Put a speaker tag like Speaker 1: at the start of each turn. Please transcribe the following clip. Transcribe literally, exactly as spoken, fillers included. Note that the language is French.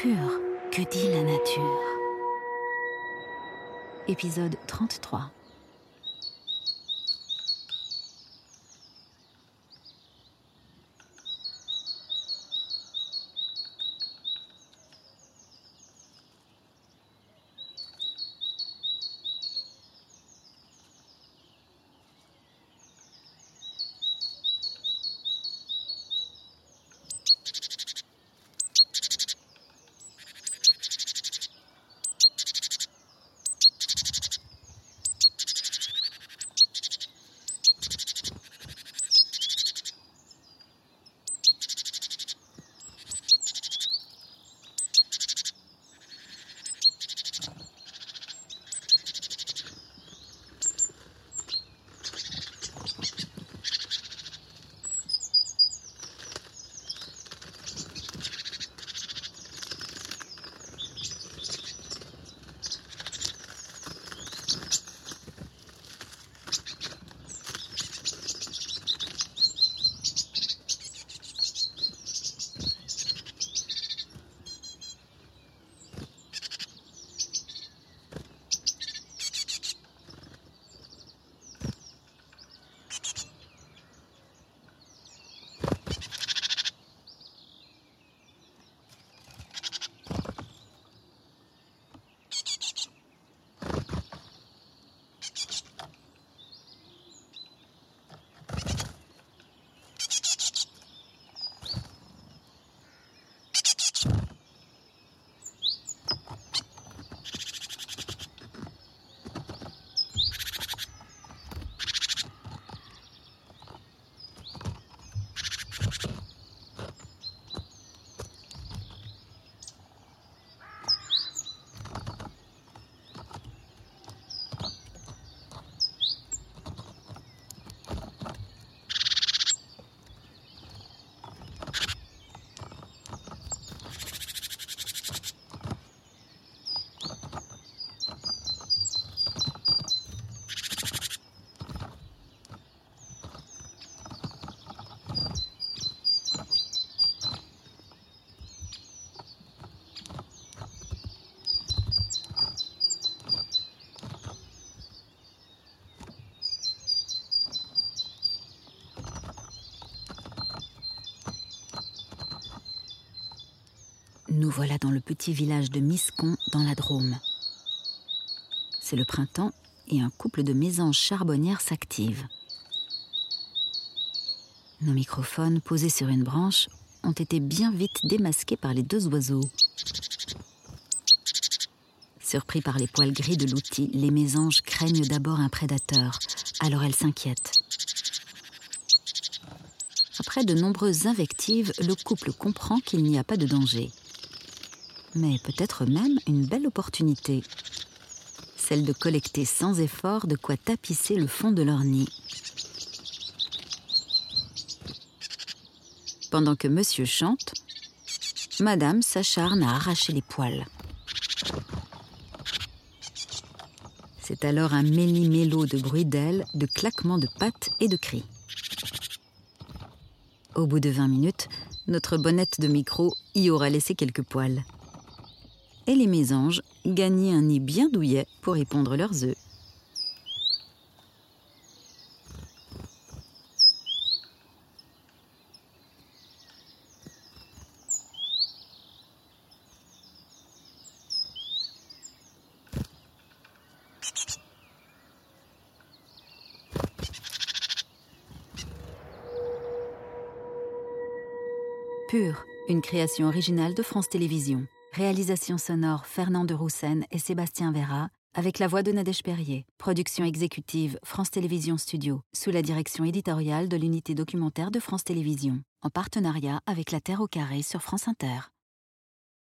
Speaker 1: Pur, que dit la nature? Épisode trente-trois. Nous voilà dans le petit village de Miscon, dans la Drôme. C'est le printemps et un couple de mésanges charbonnières s'active. Nos microphones, posés sur une branche, ont été bien vite démasqués par les deux oiseaux. Surpris par les poils gris de l'outil, les mésanges craignent d'abord un prédateur, alors elles s'inquiètent. Après de nombreuses invectives, le couple comprend qu'il n'y a pas de danger. Mais peut-être même une belle opportunité, celle de collecter sans effort de quoi tapisser le fond de leur nid. Pendant que monsieur chante, madame s'acharne à arracher les poils. C'est alors un méli-mélo de bruits d'ailes, de claquements de pattes et de cris. Au bout de vingt minutes, notre bonnette de micro y aura laissé quelques poils. Et les mésanges gagnaient un nid bien douillet pour y pondre leurs œufs. Pur, une création originale de France Télévisions. Réalisation sonore Fernand de Roussen et Sébastien Vera, avec la voix de Nadège Perrier. Production exécutive France Télévisions Studio, sous la direction éditoriale de l'unité documentaire de France Télévisions, en partenariat avec La Terre au carré sur France Inter.